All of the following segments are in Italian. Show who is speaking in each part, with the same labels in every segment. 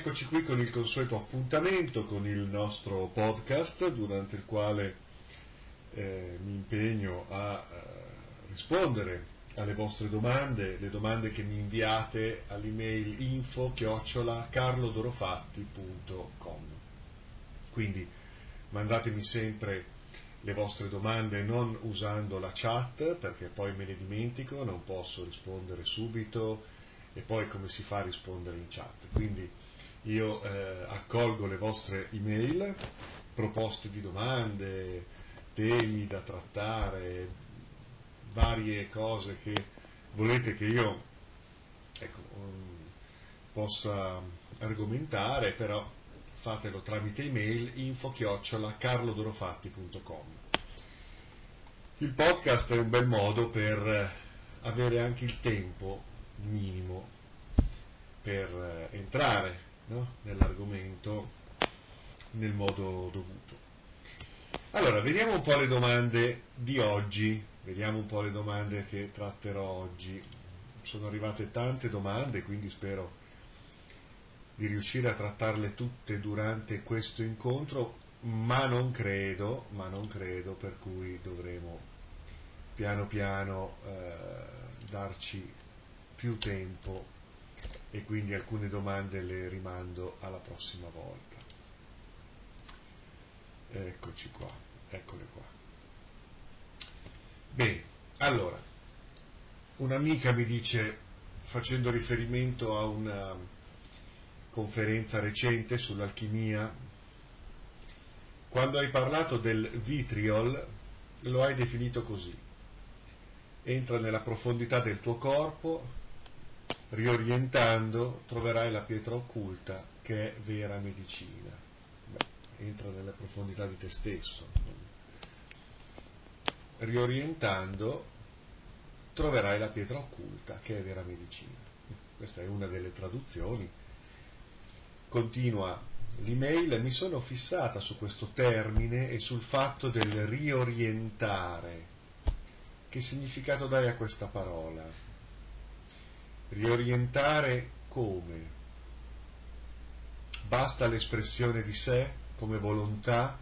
Speaker 1: Eccoci qui con il consueto appuntamento con il nostro podcast, durante il quale mi impegno a rispondere alle vostre domande, le domande che mi inviate all'email info@carlodorofatti.com. Quindi mandatemi sempre le vostre domande non usando la chat, perché poi me ne dimentico, non posso rispondere subito e poi come si fa a rispondere in chat. Quindi io accolgo le vostre email, proposte di domande, temi da trattare, varie cose che volete che io possa argomentare, però fatelo tramite email info@carlodorofatti.com. Il podcast è un bel modo per avere anche il tempo minimo per entrare, no, nell'argomento nel modo dovuto. Allora, vediamo un po' le domande di oggi, vediamo un po' le domande che tratterò oggi. Sono arrivate tante domande, quindi spero di riuscire a trattarle tutte durante questo incontro, ma non credo, per cui dovremo piano piano darci più tempo e quindi alcune domande le rimando alla prossima volta. Eccoci qua, eccole qua. Bene, allora, un'amica mi dice, facendo riferimento a una conferenza recente sull'alchimia, quando hai parlato del vitriol lo hai definito così: entra nella profondità del tuo corpo, riorientando troverai la pietra occulta che è vera medicina. Entra nelle profondità di te stesso, riorientando troverai la pietra occulta che è vera medicina. Questa è una delle traduzioni. Continua l'email: mi sono fissata su questo termine e sul fatto del riorientare. Che significato dai a questa parola? Riorientare come? Basta l'espressione di sé come volontà?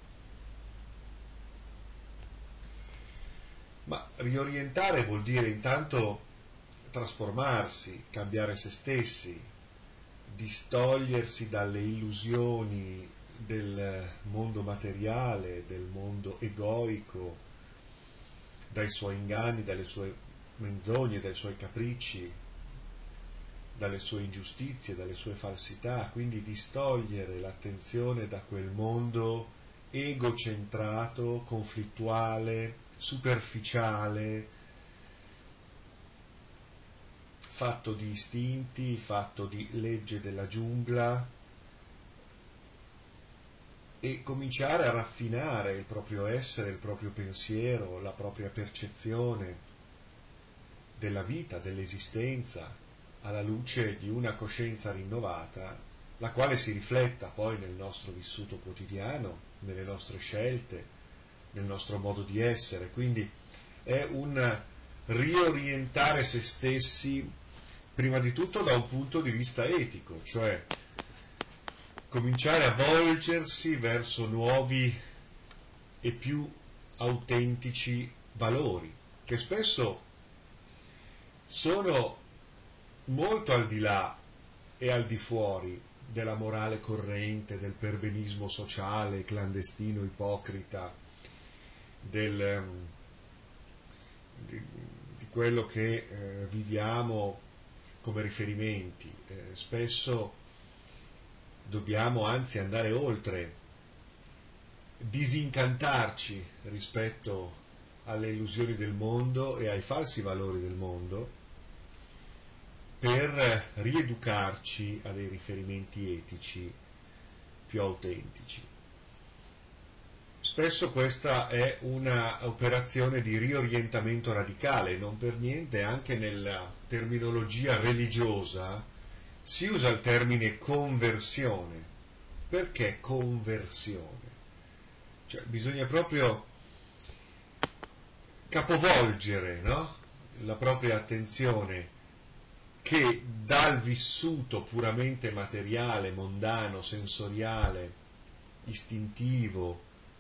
Speaker 1: Ma riorientare vuol dire intanto trasformarsi, cambiare se stessi, distogliersi dalle illusioni del mondo materiale, del mondo egoico, dai suoi inganni, dalle sue menzogne, dai suoi capricci, dalle sue ingiustizie, dalle sue falsità, quindi distogliere l'attenzione da quel mondo egocentrato, conflittuale, superficiale, fatto di istinti, fatto di legge della giungla, e cominciare a raffinare il proprio essere, il proprio pensiero, la propria percezione della vita, dell'esistenza, alla luce di una coscienza rinnovata, la quale si rifletta poi nel nostro vissuto quotidiano, nelle nostre scelte, nel nostro modo di essere. Quindi è un riorientare se stessi prima di tutto da un punto di vista etico, cioè cominciare a volgersi verso nuovi e più autentici valori, che spesso sono molto al di là e al di fuori della morale corrente, del perbenismo sociale, clandestino, ipocrita, di quello che viviamo come riferimenti. Spesso dobbiamo anzi andare oltre, disincantarci rispetto alle illusioni del mondo e ai falsi valori del mondo, per rieducarci a dei riferimenti etici più autentici. Spesso questa è una operazione di riorientamento radicale, non per niente anche nella terminologia religiosa si usa il termine conversione. Perché conversione? Cioè bisogna proprio capovolgere, no? La propria attenzione che dal vissuto puramente materiale, mondano, sensoriale, istintivo,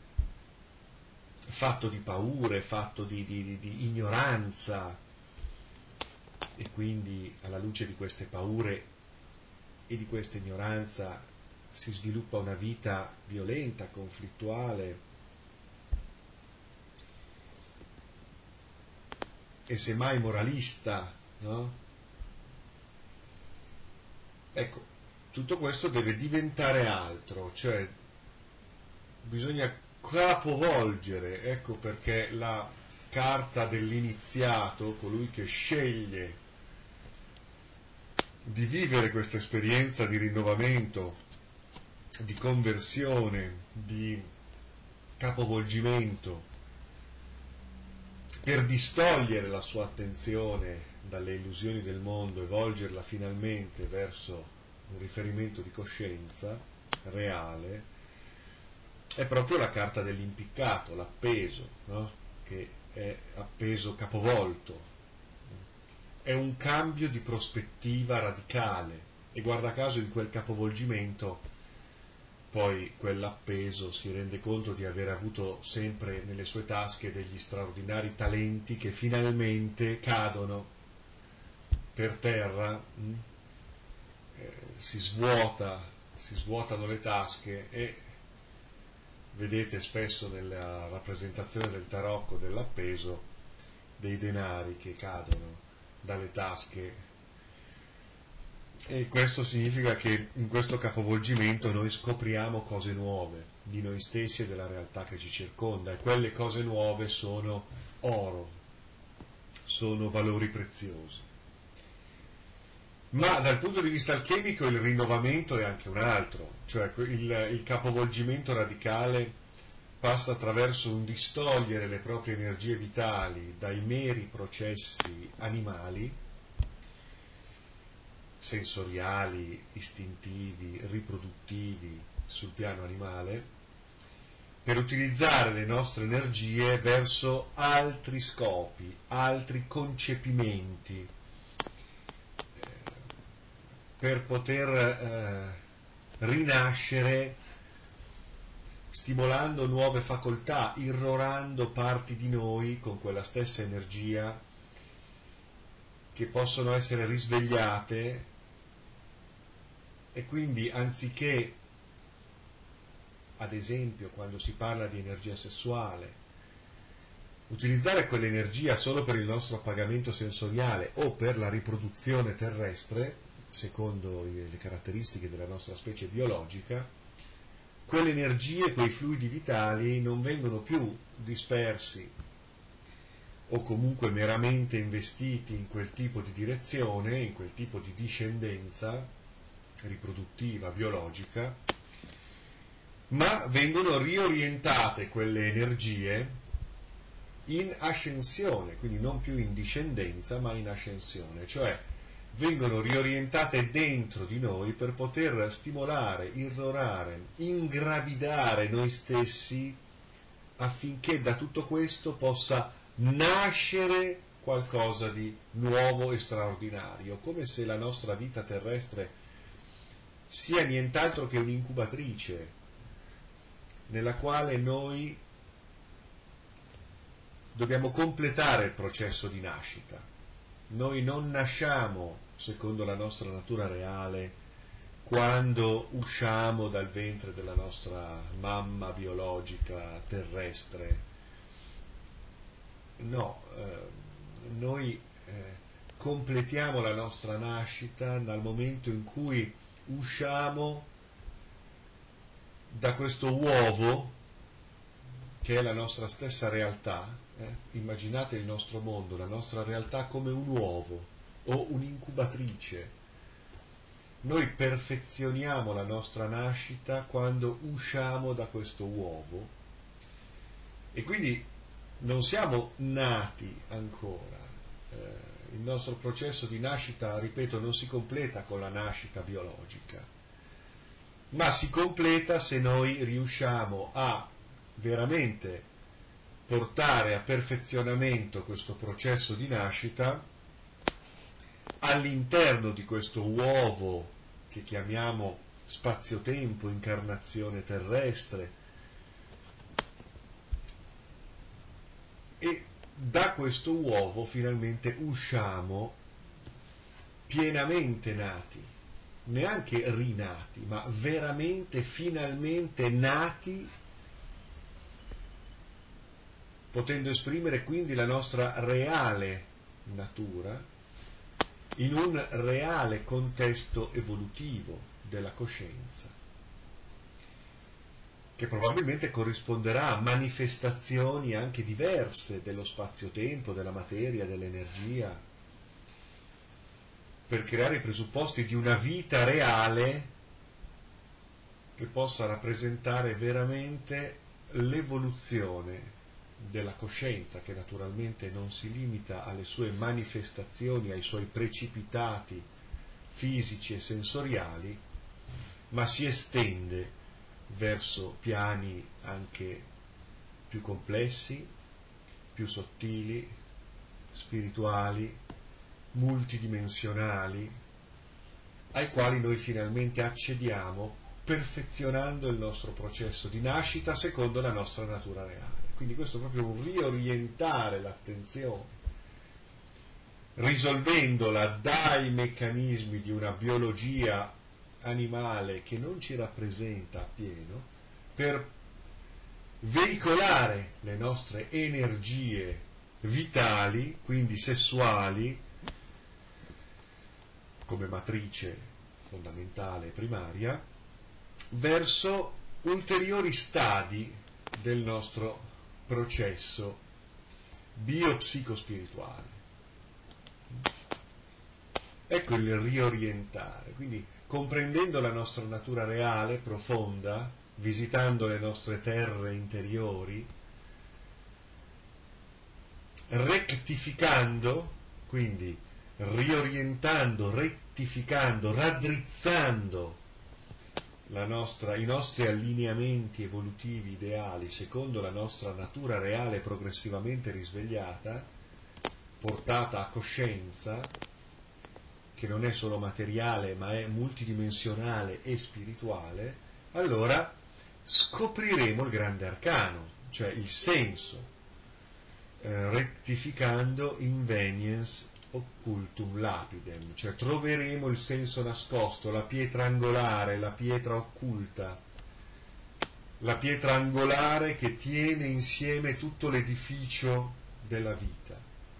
Speaker 1: fatto di paure, fatto di ignoranza, e quindi alla luce di queste paure e di questa ignoranza si sviluppa una vita violenta, conflittuale e semmai moralista, no? Ecco, tutto questo deve diventare altro, cioè bisogna capovolgere, ecco perché la carta dell'iniziato, colui che sceglie di vivere questa esperienza di rinnovamento, di conversione, di capovolgimento, per distogliere la sua attenzione dalle illusioni del mondo e volgerla finalmente verso un riferimento di coscienza reale, è proprio la carta dell'impiccato, l'appeso, no? Che è appeso capovolto. È un cambio di prospettiva radicale e guarda caso in quel capovolgimento poi quell'appeso si rende conto di aver avuto sempre nelle sue tasche degli straordinari talenti che finalmente cadono per terra, si svuotano le tasche e vedete spesso nella rappresentazione del tarocco dell'appeso dei denari che cadono dalle tasche. E questo significa che in questo capovolgimento noi scopriamo cose nuove di noi stessi e della realtà che ci circonda, e quelle cose nuove sono oro, sono valori preziosi. Ma dal punto di vista alchemico il rinnovamento è anche un altro, cioè il capovolgimento radicale passa attraverso un distogliere le proprie energie vitali dai meri processi animali, sensoriali, istintivi, riproduttivi sul piano animale, per utilizzare le nostre energie verso altri scopi, altri concepimenti, per poter rinascere stimolando nuove facoltà, irrorando parti di noi con quella stessa energia che possono essere risvegliate. E quindi anziché, ad esempio, quando si parla di energia sessuale, utilizzare quell'energia solo per il nostro appagamento sensoriale o per la riproduzione terrestre, secondo le caratteristiche della nostra specie biologica, quelle energie, quei fluidi vitali non vengono più dispersi o comunque meramente investiti in quel tipo di direzione, in quel tipo di discendenza riproduttiva, biologica, ma vengono riorientate quelle energie in ascensione, quindi non più in discendenza ma in ascensione, cioè vengono riorientate dentro di noi per poter stimolare, irrorare, ingravidare noi stessi affinché da tutto questo possa nascere qualcosa di nuovo e straordinario, come se la nostra vita terrestre sia nient'altro che un'incubatrice nella quale noi dobbiamo completare il processo di nascita. Noi non nasciamo secondo la nostra natura reale quando usciamo dal ventre della nostra mamma biologica terrestre. No, noi completiamo la nostra nascita dal momento in cui usciamo da questo uovo che è la nostra stessa realtà. Immaginate il nostro mondo, la nostra realtà come un uovo o un'incubatrice. Noi perfezioniamo la nostra nascita quando usciamo da questo uovo e quindi non siamo nati ancora. Il nostro processo di nascita, ripeto, non si completa con la nascita biologica, ma si completa se noi riusciamo a veramente portare a perfezionamento questo processo di nascita all'interno di questo uovo che chiamiamo spazio-tempo, incarnazione terrestre, e da questo uovo finalmente usciamo pienamente nati, neanche rinati, ma veramente, finalmente nati, potendo esprimere quindi la nostra reale natura in un reale contesto evolutivo della coscienza, che probabilmente corrisponderà a manifestazioni anche diverse dello spazio-tempo, della materia, dell'energia, per creare i presupposti di una vita reale che possa rappresentare veramente l'evoluzione della coscienza, che naturalmente non si limita alle sue manifestazioni, ai suoi precipitati fisici e sensoriali, ma si estende verso piani anche più complessi, più sottili, spirituali, multidimensionali, ai quali noi finalmente accediamo perfezionando il nostro processo di nascita secondo la nostra natura reale. Quindi questo è proprio un riorientare l'attenzione, risolvendola dai meccanismi di una biologia animale che non ci rappresenta appieno, per veicolare le nostre energie vitali, quindi sessuali, come matrice fondamentale e primaria, verso ulteriori stadi del nostro processo biopsicospirituale. Ecco il riorientare, quindi comprendendo la nostra natura reale, profonda, visitando le nostre terre interiori, rettificando, quindi riorientando, rettificando, raddrizzando i nostri allineamenti evolutivi ideali secondo la nostra natura reale progressivamente risvegliata, portata a coscienza, che non è solo materiale ma è multidimensionale e spirituale, allora scopriremo il grande arcano, cioè il senso, rettificando inveniens occultum lapidem, cioè troveremo il senso nascosto, la pietra angolare, la pietra occulta, la pietra angolare che tiene insieme tutto l'edificio della vita.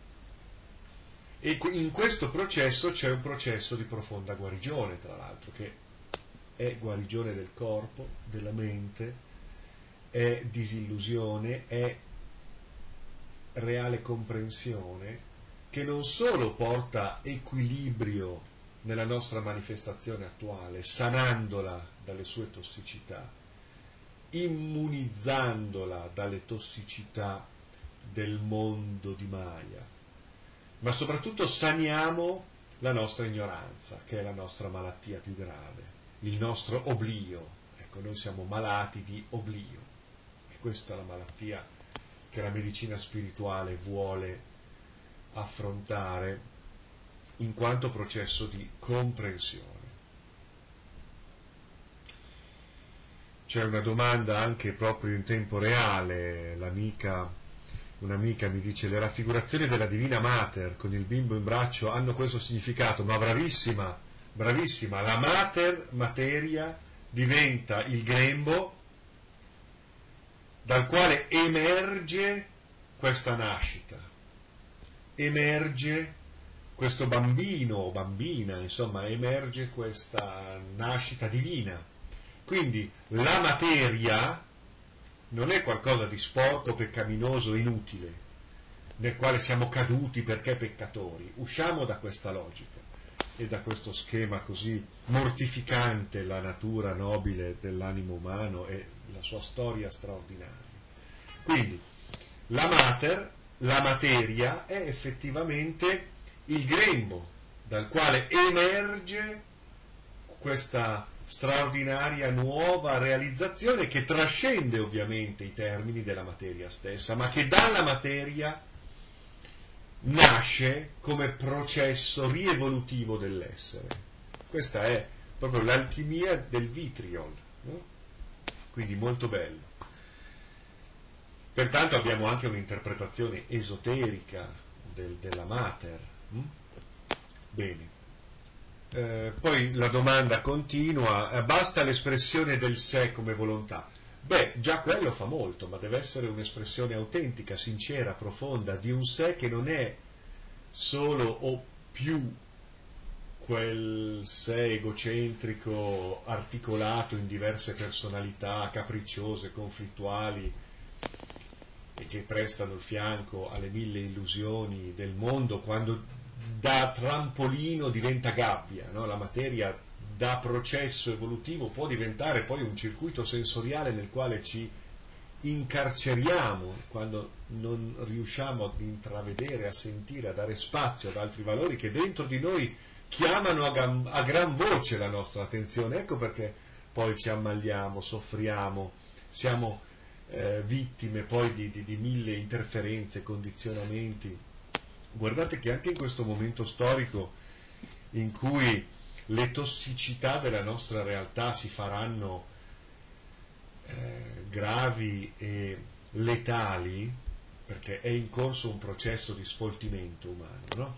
Speaker 1: E in questo processo c'è un processo di profonda guarigione, tra l'altro, che è guarigione del corpo, della mente, è disillusione, è reale comprensione, che non solo porta equilibrio nella nostra manifestazione attuale, sanandola dalle sue tossicità, immunizzandola dalle tossicità del mondo di Maya, ma soprattutto saniamo la nostra ignoranza, che è la nostra malattia più grave, il nostro oblio. Ecco, noi siamo malati di oblio, e questa è la malattia che la medicina spirituale vuole affrontare in quanto processo di comprensione. C'è una domanda anche proprio in tempo reale, un'amica mi dice: le raffigurazioni della Divina Mater con il bimbo in braccio hanno questo significato? Ma bravissima, bravissima, la Mater materia diventa il grembo dal quale emerge questa nascita, emerge questo bambino o bambina, insomma, emerge questa nascita divina. Quindi la materia non è qualcosa di sporco, peccaminoso, inutile, nel quale siamo caduti perché peccatori. Usciamo da questa logica e da questo schema così mortificante la natura nobile dell'animo umano e la sua storia straordinaria. Quindi la mater, la materia, è effettivamente il grembo dal quale emerge questa straordinaria nuova realizzazione, che trascende ovviamente i termini della materia stessa, ma che dalla materia nasce come processo rievolutivo dell'essere. Questa è proprio l'alchimia del vitriol, no? Quindi molto bello. Pertanto abbiamo anche un'interpretazione esoterica della mater. Bene. Poi la domanda continua, basta l'espressione del sé come volontà? Beh, già quello fa molto, ma deve essere un'espressione autentica, sincera, profonda, di un sé che non è solo o più quel sé egocentrico, articolato in diverse personalità, capricciose, conflittuali, e che prestano il fianco alle mille illusioni del mondo, quando da trampolino diventa gabbia, no? La materia da processo evolutivo può diventare poi un circuito sensoriale nel quale ci incarceriamo quando non riusciamo ad intravedere, a sentire, a dare spazio ad altri valori che dentro di noi chiamano a gran voce la nostra attenzione. Ecco perché poi ci ammaliamo, soffriamo, siamo vittime poi di mille interferenze, condizionamenti. Guardate che anche in questo momento storico in cui le tossicità della nostra realtà si faranno gravi e letali, perché è in corso un processo di sfoltimento umano, no?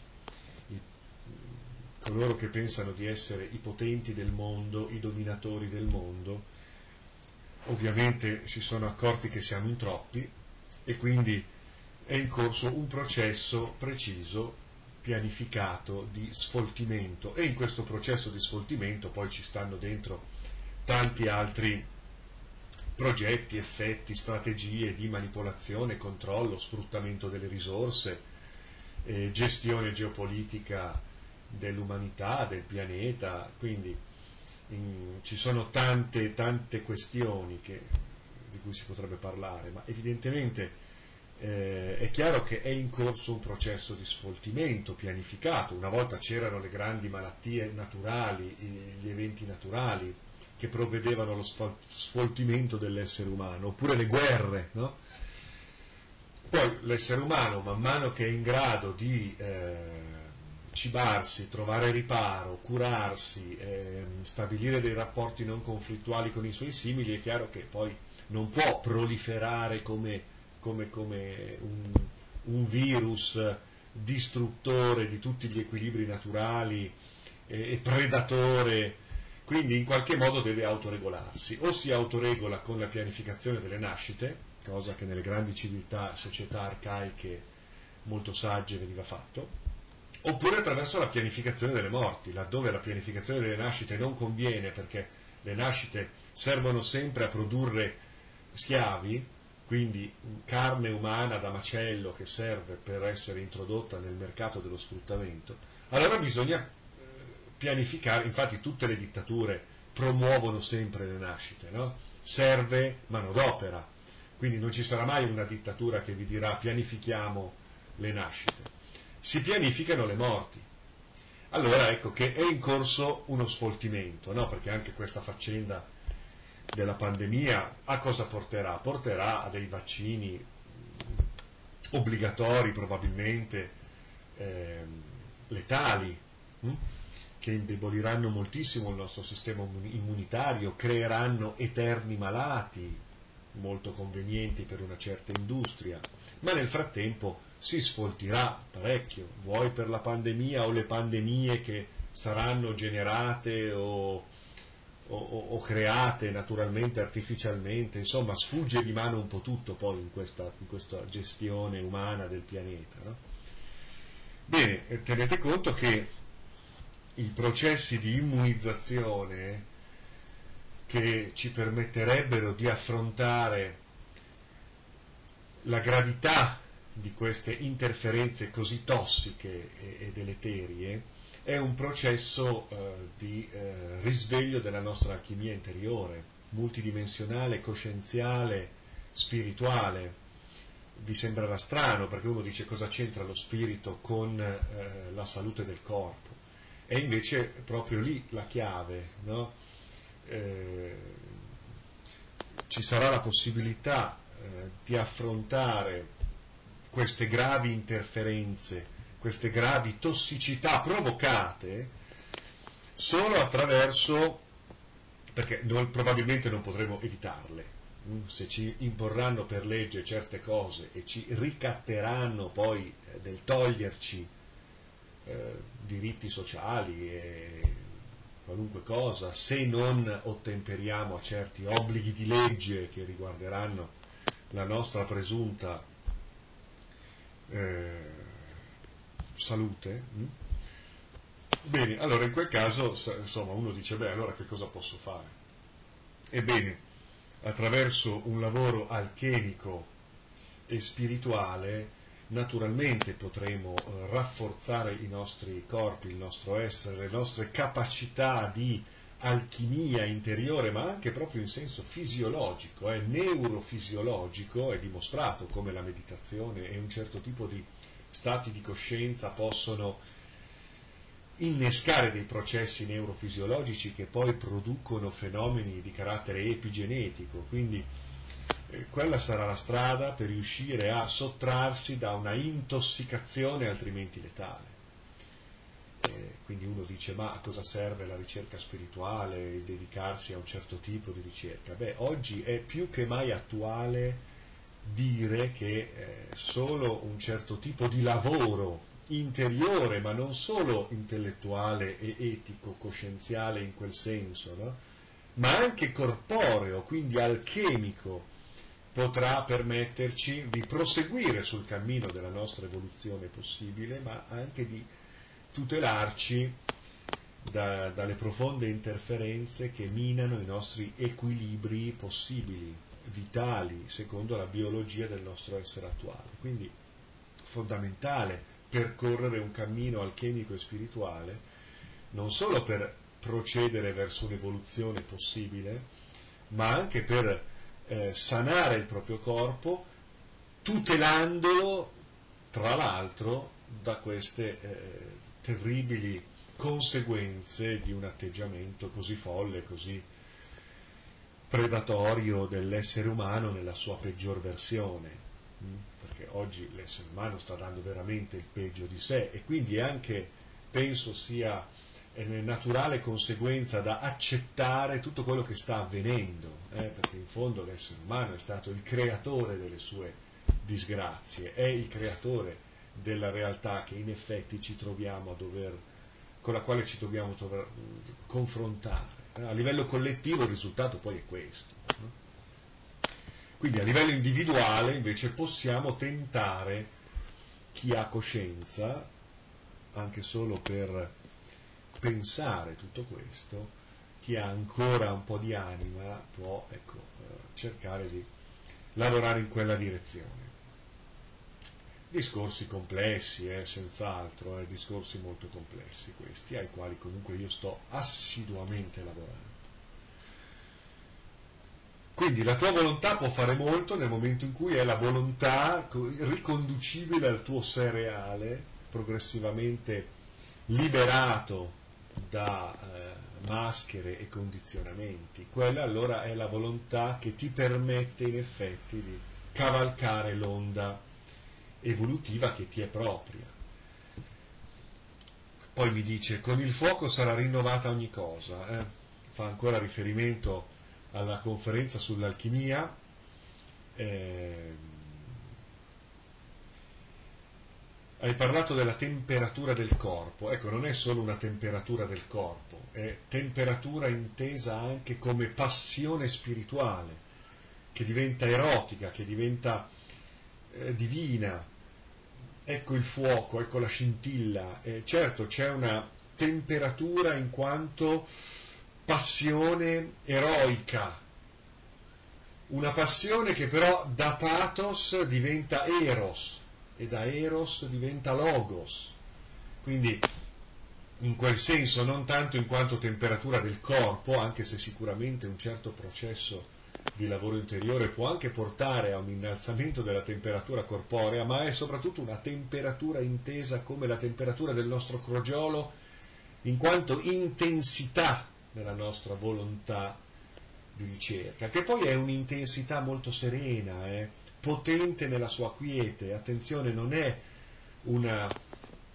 Speaker 1: Coloro che pensano di essere i potenti del mondo, i dominatori del mondo, ovviamente si sono accorti che siamo in troppi e quindi è in corso un processo preciso, pianificato di sfoltimento, e in questo processo di sfoltimento poi ci stanno dentro tanti altri progetti, effetti, strategie di manipolazione, controllo, sfruttamento delle risorse, gestione geopolitica dell'umanità, del pianeta, quindi ci sono tante questioni di cui si potrebbe parlare, ma evidentemente è chiaro che è in corso un processo di sfoltimento pianificato. Una volta c'erano le grandi malattie naturali, gli eventi naturali che provvedevano allo sfoltimento dell'essere umano, oppure le guerre, no? Poi l'essere umano, man mano che è in grado di cibarsi, trovare riparo, curarsi, stabilire dei rapporti non conflittuali con i suoi simili, è chiaro che poi non può proliferare come un virus distruttore di tutti gli equilibri naturali e predatore, quindi in qualche modo deve autoregolarsi, o si autoregola con la pianificazione delle nascite, cosa che nelle grandi civiltà, società arcaiche molto sagge veniva fatto, oppure attraverso la pianificazione delle morti, laddove la pianificazione delle nascite non conviene perché le nascite servono sempre a produrre schiavi, quindi carne umana da macello che serve per essere introdotta nel mercato dello sfruttamento. Allora bisogna pianificare, infatti tutte le dittature promuovono sempre le nascite, no? Serve manodopera, quindi non ci sarà mai una dittatura che vi dirà pianifichiamo le nascite, si pianificano le morti. Allora ecco che è in corso uno sfoltimento, no? Perché anche questa faccenda della pandemia a cosa porterà? Porterà a dei vaccini obbligatori probabilmente, letali, che indeboliranno moltissimo il nostro sistema immunitario, creeranno eterni malati, molto convenienti per una certa industria, ma nel frattempo si sfoltirà parecchio, vuoi per la pandemia o le pandemie che saranno generate o create naturalmente, artificialmente, insomma sfugge di mano un po' tutto poi in questa gestione umana del pianeta, no? Bene, tenete conto che i processi di immunizzazione che ci permetterebbero di affrontare la gravità di queste interferenze così tossiche e deleterie è un processo di risveglio della nostra alchimia interiore, multidimensionale, coscienziale, spirituale. Vi sembrerà strano perché uno dice cosa c'entra lo spirito con la salute del corpo, e invece è proprio lì la chiave, no? Ci sarà la possibilità di affrontare queste gravi interferenze queste gravi tossicità provocate solo attraverso, perché noi probabilmente non potremo evitarle, se ci imporranno per legge certe cose e ci ricatteranno poi del toglierci diritti sociali e qualunque cosa, se non ottemperiamo a certi obblighi di legge che riguarderanno la nostra presunta salute. Bene, allora in quel caso, insomma, uno dice, beh, allora che cosa posso fare? Ebbene, attraverso un lavoro alchemico e spirituale, naturalmente potremo rafforzare i nostri corpi, il nostro essere, le nostre capacità di alchimia interiore, ma anche proprio in senso fisiologico, neurofisiologico. È dimostrato come la meditazione e un certo tipo di stati di coscienza possono innescare dei processi neurofisiologici che poi producono fenomeni di carattere epigenetico, quindi quella sarà la strada per riuscire a sottrarsi da una intossicazione altrimenti letale. Quindi uno dice, ma a cosa serve la ricerca spirituale, il dedicarsi a un certo tipo di ricerca? Beh, oggi è più che mai attuale dire che solo un certo tipo di lavoro interiore, ma non solo intellettuale e etico, coscienziale in quel senso, no? Ma anche corporeo, quindi alchemico, potrà permetterci di proseguire sul cammino della nostra evoluzione possibile, ma anche di tutelarci dalle profonde interferenze che minano i nostri equilibri possibili, vitali, secondo la biologia del nostro essere attuale. Quindi fondamentale percorrere un cammino alchemico e spirituale, non solo per procedere verso un'evoluzione possibile, ma anche per sanare il proprio corpo, tutelandolo, tra l'altro, da queste terribili conseguenze di un atteggiamento così folle, così predatorio dell'essere umano nella sua peggior versione, perché oggi l'essere umano sta dando veramente il peggio di sé, e quindi anche penso sia naturale conseguenza da accettare tutto quello che sta avvenendo, perché in fondo l'essere umano è stato il creatore delle sue disgrazie, è il creatore della realtà che in effetti ci troviamo a dover, con la quale ci dobbiamo confrontare. A livello collettivo il risultato poi è questo. Quindi a livello individuale invece possiamo tentare, chi ha coscienza, anche solo per pensare tutto questo, chi ha ancora un po' di anima può cercare di lavorare in quella direzione. Discorsi complessi, senz'altro, discorsi molto complessi questi, ai quali comunque io sto assiduamente lavorando. Quindi la tua volontà può fare molto nel momento in cui è la volontà riconducibile al tuo sé reale, progressivamente liberato da maschere e condizionamenti. Quella allora è la volontà che ti permette in effetti di cavalcare l'onda evolutiva che ti è propria. Poi mi dice, con il fuoco sarà rinnovata ogni cosa. Fa ancora riferimento alla conferenza sull'alchimia. Hai parlato della temperatura del corpo. Ecco, non è solo una temperatura del corpo, è temperatura intesa anche come passione spirituale, che diventa erotica, che diventa divina. Ecco il fuoco, ecco la scintilla. Certo, c'è una temperatura in quanto passione eroica, una passione che però da pathos diventa eros, e da eros diventa logos, quindi in quel senso non tanto in quanto temperatura del corpo, anche se sicuramente un certo processo di lavoro interiore può anche portare a un innalzamento della temperatura corporea, ma è soprattutto una temperatura intesa come la temperatura del nostro crogiolo, in quanto intensità nella nostra volontà di ricerca, che poi è un'intensità molto serena, potente nella sua quiete. Attenzione, non è una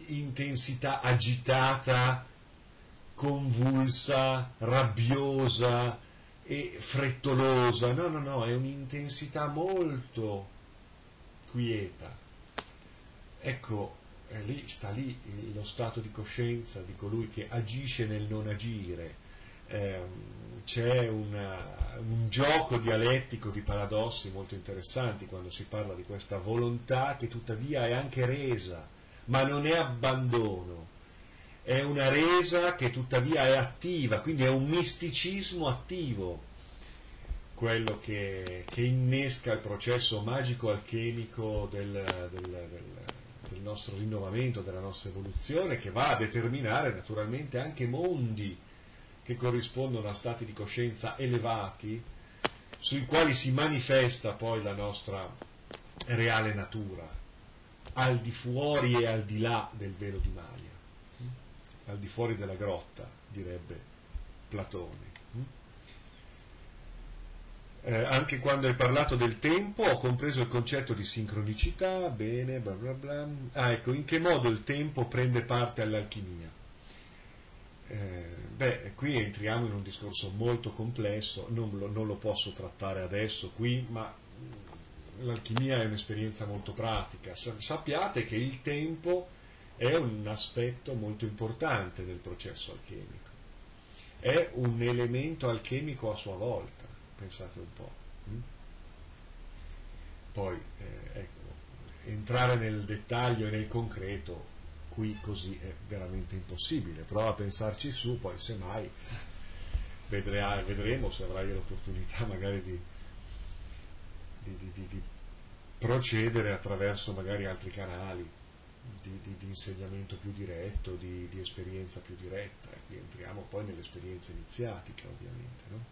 Speaker 1: intensità agitata, convulsa, rabbiosa e frettolosa, no, è un'intensità molto quieta. Ecco, sta lì lo stato di coscienza di colui che agisce nel non agire. C'è un gioco dialettico di paradossi molto interessanti quando si parla di questa volontà che tuttavia è anche resa, ma non è abbandono, è una resa che tuttavia è attiva, quindi è un misticismo attivo, quello che innesca il processo magico-alchemico del nostro rinnovamento, della nostra evoluzione, che va a determinare naturalmente anche mondi che corrispondono a stati di coscienza elevati, sui quali si manifesta poi la nostra reale natura, al di fuori e al di là del velo di Maya, al di fuori della grotta, direbbe Platone. Anche quando hai parlato del tempo ho compreso il concetto di sincronicità, bene, bla bla bla. Ecco, in che modo il tempo prende parte all'alchimia? Qui entriamo in un discorso molto complesso, non lo posso trattare adesso qui, ma l'alchimia è un'esperienza molto pratica. Sappiate che il tempo è un aspetto molto importante del processo alchemico, è un elemento alchemico a sua volta, pensate un po'. Poi, ecco, entrare nel dettaglio e nel concreto qui così è veramente impossibile. Prova a pensarci su, poi semmai vedremo se avrai l'opportunità magari di procedere attraverso magari altri canali di insegnamento più diretto, di esperienza più diretta, e qui entriamo poi nell'esperienza iniziatica, ovviamente, no?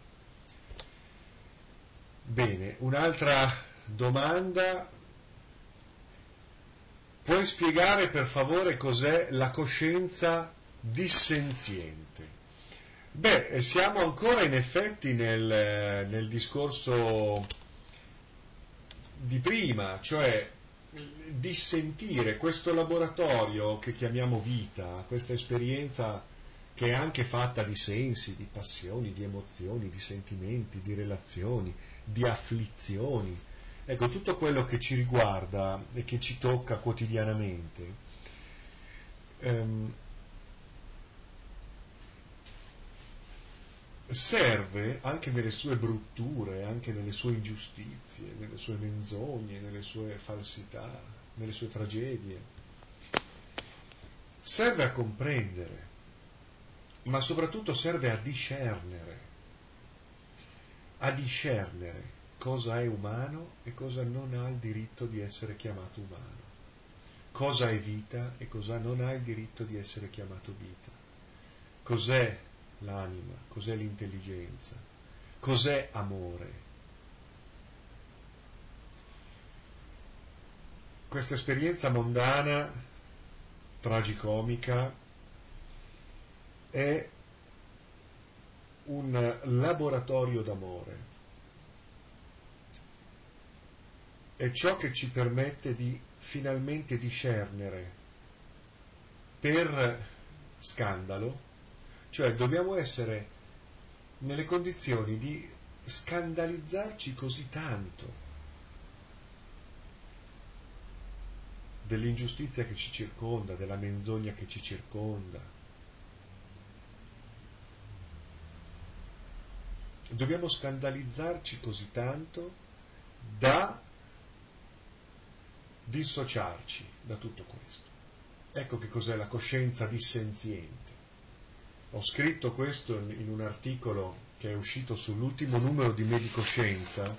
Speaker 1: Bene, un'altra domanda: puoi spiegare per favore cos'è la coscienza dissenziente? Siamo ancora in effetti nel discorso di prima, cioè dissentire, questo laboratorio che chiamiamo vita, questa esperienza che è anche fatta di sensi, di passioni, di emozioni, di sentimenti, di relazioni, di afflizioni. Ecco, tutto quello che ci riguarda e che ci tocca quotidianamente, serve anche nelle sue brutture, anche nelle sue ingiustizie, nelle sue menzogne, nelle sue falsità, nelle sue tragedie. Serve a comprendere, ma soprattutto serve a discernere cosa è umano e cosa non ha il diritto di essere chiamato umano, cosa è vita e cosa non ha il diritto di essere chiamato vita, cos'è l'anima, cos'è l'intelligenza, cos'è amore. Questa esperienza mondana, tragicomica, è un laboratorio d'amore. È ciò che ci permette di finalmente discernere per scandalo, cioè dobbiamo essere nelle condizioni di scandalizzarci così tanto dell'ingiustizia che ci circonda, della menzogna che ci circonda. Dobbiamo scandalizzarci così tanto da dissociarci da tutto questo. Ecco che cos'è la coscienza dissenziente. Ho scritto questo in un articolo che è uscito sull'ultimo numero di Medicoscienza,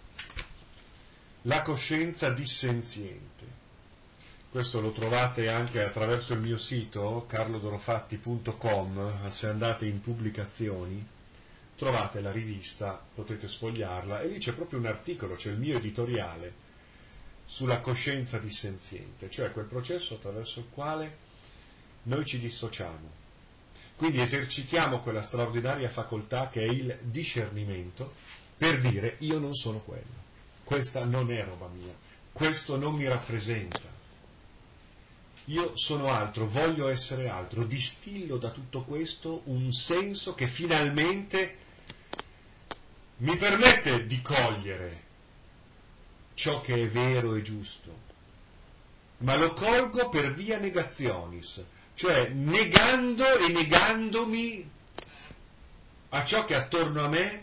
Speaker 1: la coscienza dissenziente. Questo lo trovate anche attraverso il mio sito carlodorofatti.com, se andate in pubblicazioni trovate la rivista, potete sfogliarla e lì c'è proprio un articolo, c'è il mio editoriale sulla coscienza dissenziente, cioè quel processo attraverso il quale noi ci dissociamo. Quindi esercitiamo quella straordinaria facoltà che è il discernimento per dire io non sono quello, questa non è roba mia, questo non mi rappresenta. io sono altro, voglio essere altro, distillo da tutto questo un senso che finalmente mi permette di cogliere ciò che è vero e giusto, ma lo colgo per via negationis, cioè negando e negandomi a ciò che attorno a me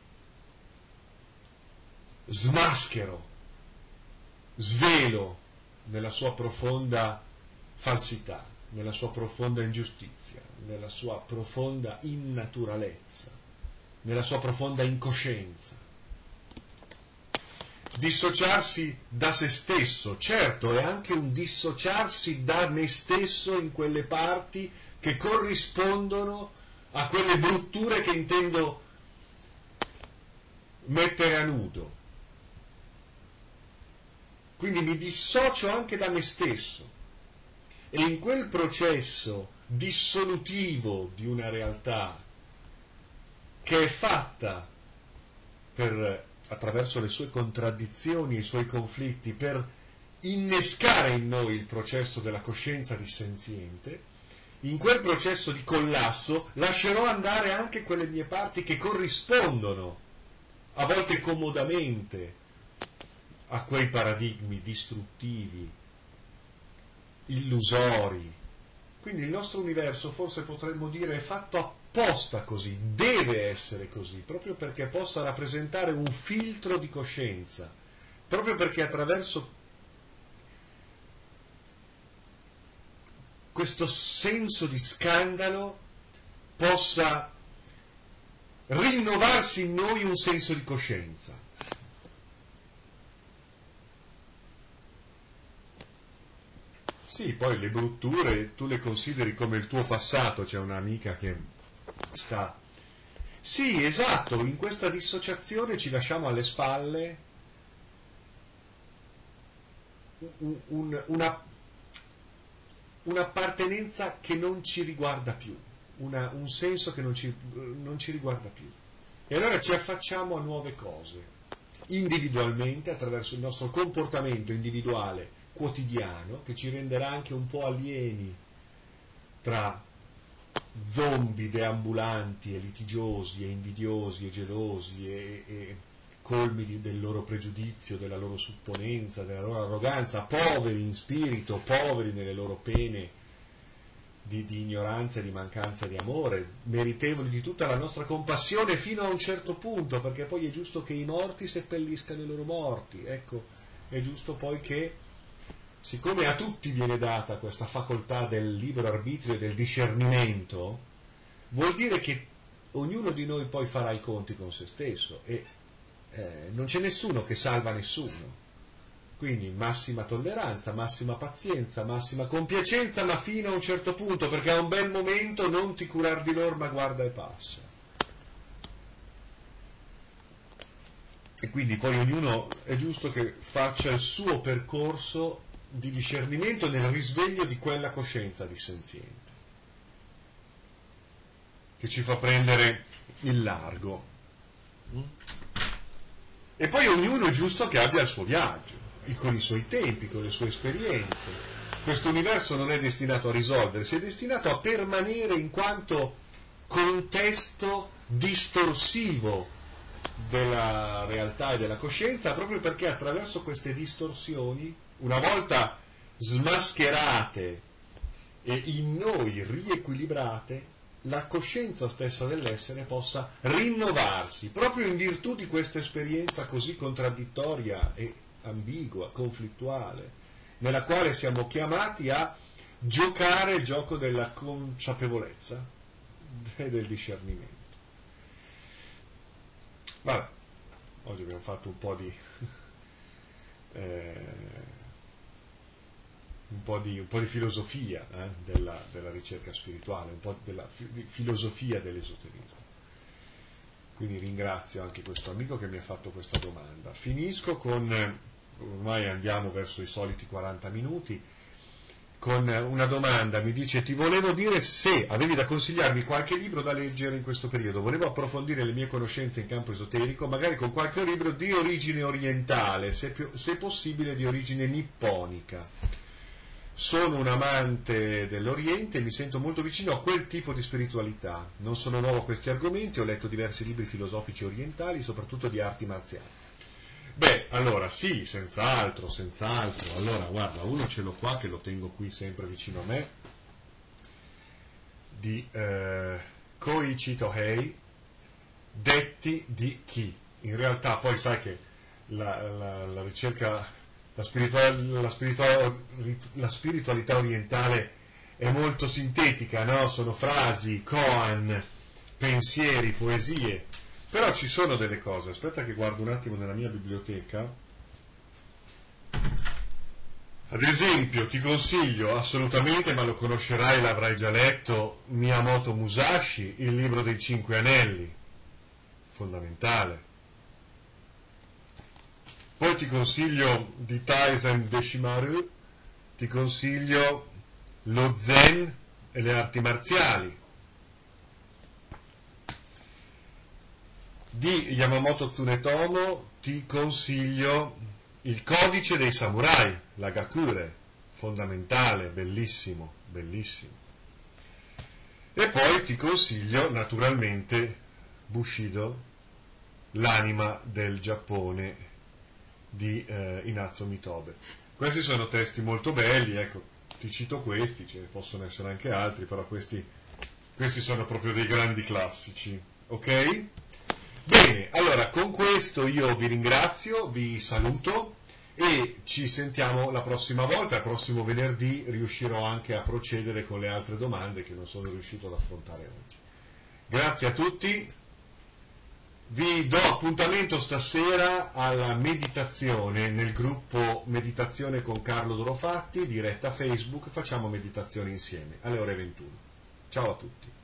Speaker 1: smaschero, svelo nella sua profonda falsità, nella sua profonda ingiustizia, nella sua profonda innaturalezza, nella sua profonda incoscienza. Dissociarsi da se stesso, certo, è anche un dissociarsi da me stesso in quelle parti che corrispondono a quelle brutture che intendo mettere a nudo. Quindi mi dissocio anche da me stesso e in quel processo dissolutivo di una realtà che è fatta attraverso le sue contraddizioni e i suoi conflitti per innescare in noi il processo della coscienza dissenziente, in quel processo di collasso lascerò andare anche quelle mie parti che corrispondono, a volte comodamente, a quei paradigmi distruttivi, illusori. Quindi il nostro universo, forse potremmo dire, è fatto apposta così, deve essere così, proprio perché possa rappresentare un filtro di coscienza, proprio perché attraverso questo senso di scandalo possa rinnovarsi in noi un senso di coscienza. Sì, poi le brutture tu le consideri come il tuo passato, c'è un'amica che sta... Sì, esatto, in questa dissociazione ci lasciamo alle spalle un'appartenenza che non ci riguarda più, un senso che non ci riguarda più. E allora ci affacciamo a nuove cose, individualmente, attraverso il nostro comportamento individuale quotidiano, che ci renderà anche un po' alieni tra zombie deambulanti e litigiosi e invidiosi e gelosi e colmi del loro pregiudizio, della loro supponenza, della loro arroganza, poveri in spirito, poveri nelle loro pene di ignoranza e di mancanza di amore, meritevoli di tutta la nostra compassione fino a un certo punto, perché poi è giusto che i morti seppelliscano i loro morti. Ecco, è giusto poi che, siccome a tutti viene data questa facoltà del libero arbitrio e del discernimento, vuol dire che ognuno di noi poi farà i conti con se stesso e non c'è nessuno che salva nessuno. Quindi massima tolleranza, massima pazienza, massima compiacenza, ma fino a un certo punto, perché a un bel momento non ti curar di loro, ma guarda e passa. E quindi poi ognuno è giusto che faccia il suo percorso di discernimento nel risveglio di quella coscienza dissenziente, che ci fa prendere il largo. E poi ognuno è giusto che abbia il suo viaggio, con i suoi tempi, con le sue esperienze. Questo universo non è destinato a risolversi, è destinato a permanere in quanto contesto distorsivo della realtà e della coscienza, proprio perché attraverso queste distorsioni, una volta smascherate e in noi riequilibrate, la coscienza stessa dell'essere possa rinnovarsi, proprio in virtù di questa esperienza così contraddittoria e ambigua, conflittuale, nella quale siamo chiamati a giocare il gioco della consapevolezza e del discernimento. Vabbè, oggi abbiamo fatto un po' di filosofia della ricerca spirituale, un po' della filosofia dell'esoterismo. Quindi ringrazio anche questo amico che mi ha fatto questa domanda. Finisco con, ormai andiamo verso i soliti 40 minuti, con una domanda. Mi dice: ti volevo dire se avevi da consigliarmi qualche libro da leggere in questo periodo. Volevo approfondire le mie conoscenze in campo esoterico, magari con qualche libro di origine orientale, se possibile di origine nipponica. sono un amante dell'Oriente e mi sento molto vicino a quel tipo di spiritualità. Non sono nuovo a questi argomenti, ho letto diversi libri filosofici orientali, soprattutto di arti marziali. Beh, allora sì, senz'altro. Allora, guarda, uno ce l'ho qua, che lo tengo qui sempre vicino a me, di Koichi Tohei, Detti di Chi. In realtà poi sai che la ricerca, la spiritualità orientale è molto sintetica, no? Sono frasi, koan, pensieri, poesie, però ci sono delle cose. Aspetta che guardo un attimo nella mia biblioteca. Ad esempio, ti consiglio assolutamente, ma lo conoscerai, l'avrai già letto, Miyamoto Musashi, il libro dei 5 anelli, fondamentale. Poi ti consiglio di Taizen Deshimaru, ti consiglio lo Zen e le arti marziali. Di Yamamoto Tsunetomo ti consiglio il codice dei samurai, la Gakure, fondamentale, bellissimo, bellissimo. E poi ti consiglio naturalmente Bushido, l'anima del Giappone di Inazo Mitobe. Questi sono testi molto belli, ecco, ti cito questi, ce ne possono essere anche altri, però questi sono proprio dei grandi classici, ok? Bene, allora con questo io vi ringrazio, vi saluto e ci sentiamo la prossima volta. Il prossimo venerdì riuscirò anche a procedere con le altre domande che non sono riuscito ad affrontare oggi. Grazie a tutti, vi do appuntamento stasera alla meditazione nel gruppo Meditazione con Carlo Dorofatti, diretta Facebook, facciamo meditazione insieme alle ore 21. Ciao a tutti.